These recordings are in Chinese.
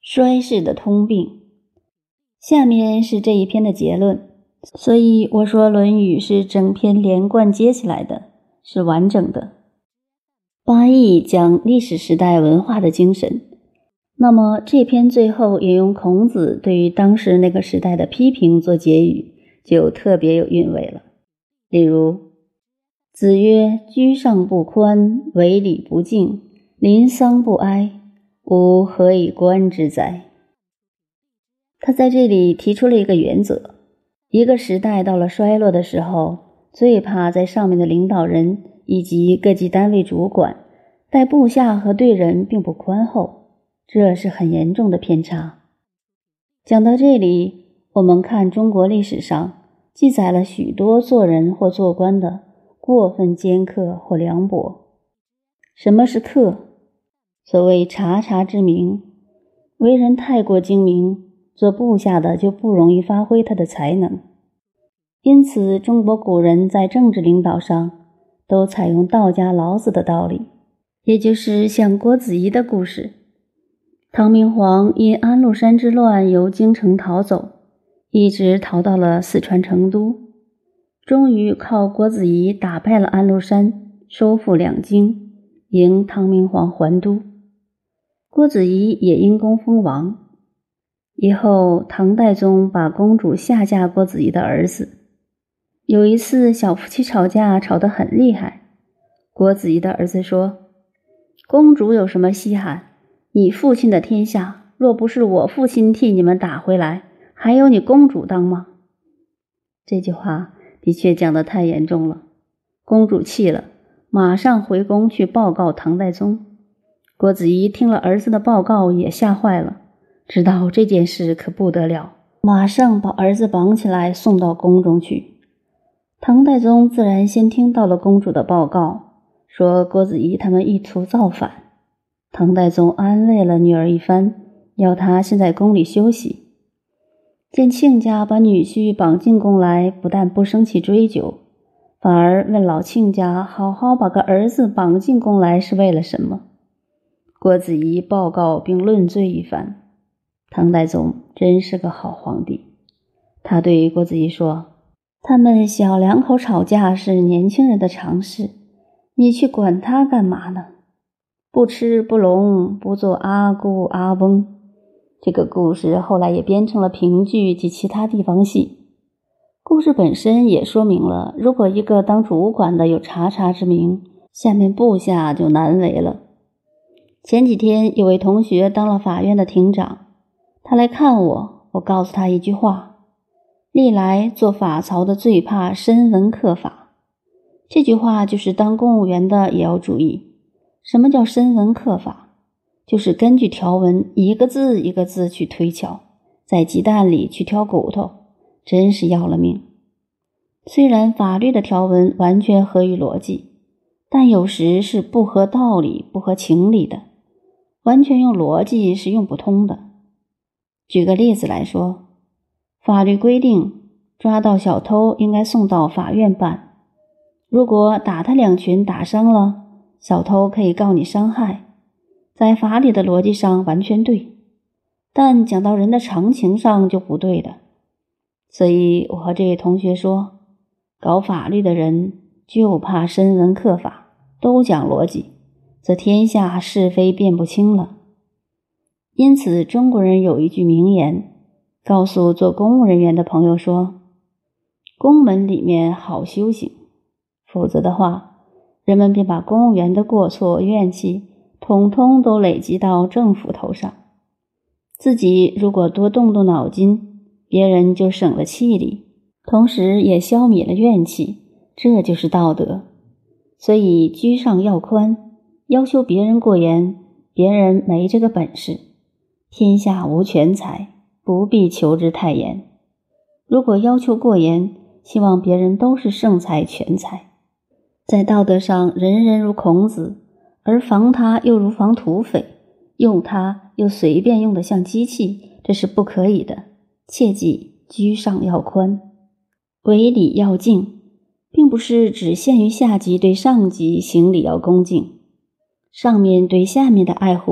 衰世的通病。下面是这一篇的结论，所以我说《论语》是整篇连贯接起来的，是完整的。八义讲历史时代文化的精神，那么这篇最后引用孔子对于当时那个时代的批评做结语，就特别有韵味了。例如，子曰：居上不宽，为礼不敬，临丧不哀，吾何以观之哉？他在这里提出了一个原则，一个时代到了衰落的时候，最怕在上面的领导人以及各级单位主管待部下和对人并不宽厚，这是很严重的偏差。讲到这里，我们看中国历史上记载了许多做人或做官的过分尖刻或凉薄。什么是刻？所谓察察之明，为人太过精明，做部下的就不容易发挥他的才能。因此中国古人在政治领导上都采用道家老子的道理，也就是像郭子仪的故事。唐明皇因安禄山之乱由京城逃走，一直逃到了四川成都，终于靠郭子仪打败了安禄山，收复两京，迎唐明皇还都。郭子仪也因功封王。以后唐代宗把公主下嫁郭子仪的儿子。有一次小夫妻吵架，吵得很厉害，郭子仪的儿子说：公主有什么稀罕？你父亲的天下，若不是我父亲替你们打回来，还有你公主当吗？这句话的确讲得太严重了。公主气了，马上回宫去报告唐代宗。郭子仪听了儿子的报告也吓坏了，知道这件事可不得了，马上把儿子绑起来送到宫中去。唐代宗自然先听到了公主的报告，说郭子仪他们意图造反。唐代宗安慰了女儿一番，要她先在宫里休息。见亲家把女婿绑进宫来，不但不生气追究，反而问老亲家好好把个儿子绑进宫来是为了什么。郭子仪报告并论罪一番。唐代宗真是个好皇帝，他对郭子仪说：他们小两口吵架是年轻人的常事，你去管他干嘛呢？不吃不聋，不做阿姑阿翁。这个故事后来也编成了评剧及其他地方戏。故事本身也说明了，如果一个当主管的有察察之明，下面部下就难为了。前几天有位同学当了法院的庭长，他来看我，我告诉他一句话：历来做法曹的最怕深文刻法。这句话就是当公务员的也要注意。什么叫深文刻法？就是根据条文一个字一个字去推敲，在鸡蛋里去挑骨头，真是要了命。虽然法律的条文完全合于逻辑，但有时是不合道理不合情理的，完全用逻辑是用不通的。举个例子来说，法律规定抓到小偷应该送到法院办，如果打他两拳打伤了，小偷可以告你伤害，在法理的逻辑上完全对，但讲到人的常情上就不对的。所以我和这位同学说，搞法律的人就怕深文刻法，都讲逻辑，则天下是非辨不清了。因此中国人有一句名言，告诉做公务人员的朋友说：宫门里面好修行，否则的话，人们便把公务员的过错怨气统统都累积到政府头上。自己如果多动动脑筋，别人就省了气力，同时也消弭了怨气，这就是道德。所以居上要宽，要求别人过严，别人没这个本事。天下无全才，不必求之太严。如果要求过严，希望别人都是圣才全才。在道德上人人如孔子，而防他又如防土匪，用他又随便用得像机器，这是不可以的。切记居上要宽，为礼要敬，并不是只限于下级对上级行礼要恭敬，上面对下面的爱护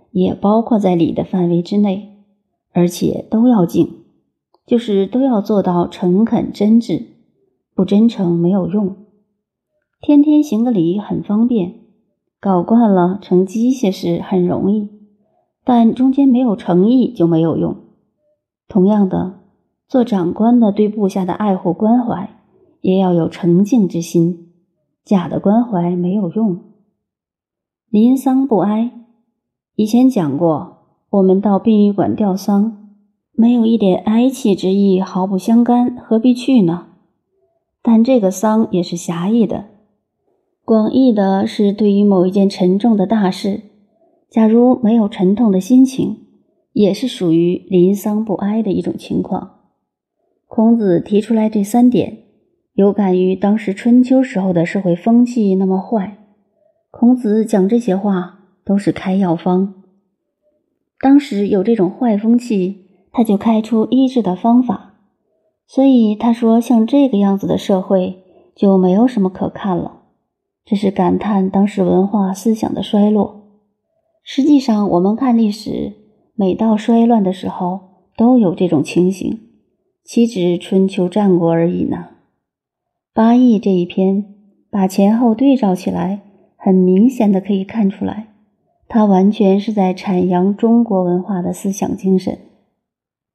也包括在礼的范围之内，而且都要敬，就是都要做到诚恳真挚，不真诚没有用。天天行个礼很方便，搞惯了成机械式很容易，但中间没有诚意就没有用。同样的，做长官的对部下的爱护关怀也要有诚敬之心，假的关怀没有用。临丧不哀，以前讲过，我们到殡仪馆吊丧，没有一点哀戚之意，毫不相干，何必去呢？但这个丧也是狭义的，广义的是对于某一件沉重的大事，假如没有沉痛的心情，也是属于临丧不哀的一种情况。孔子提出来这3点，有感于当时春秋时候的社会风气那么坏，孔子讲这些话都是开药方。当时有这种坏风气，他就开出医治的方法，所以他说像这个样子的社会就没有什么可看了。这是感叹当时文化思想的衰落。实际上我们看历史，每到衰乱的时候都有这种情形，岂止春秋战国而已呢？八佾这一篇把前后对照起来，很明显的可以看出来，它完全是在阐扬中国文化的思想精神。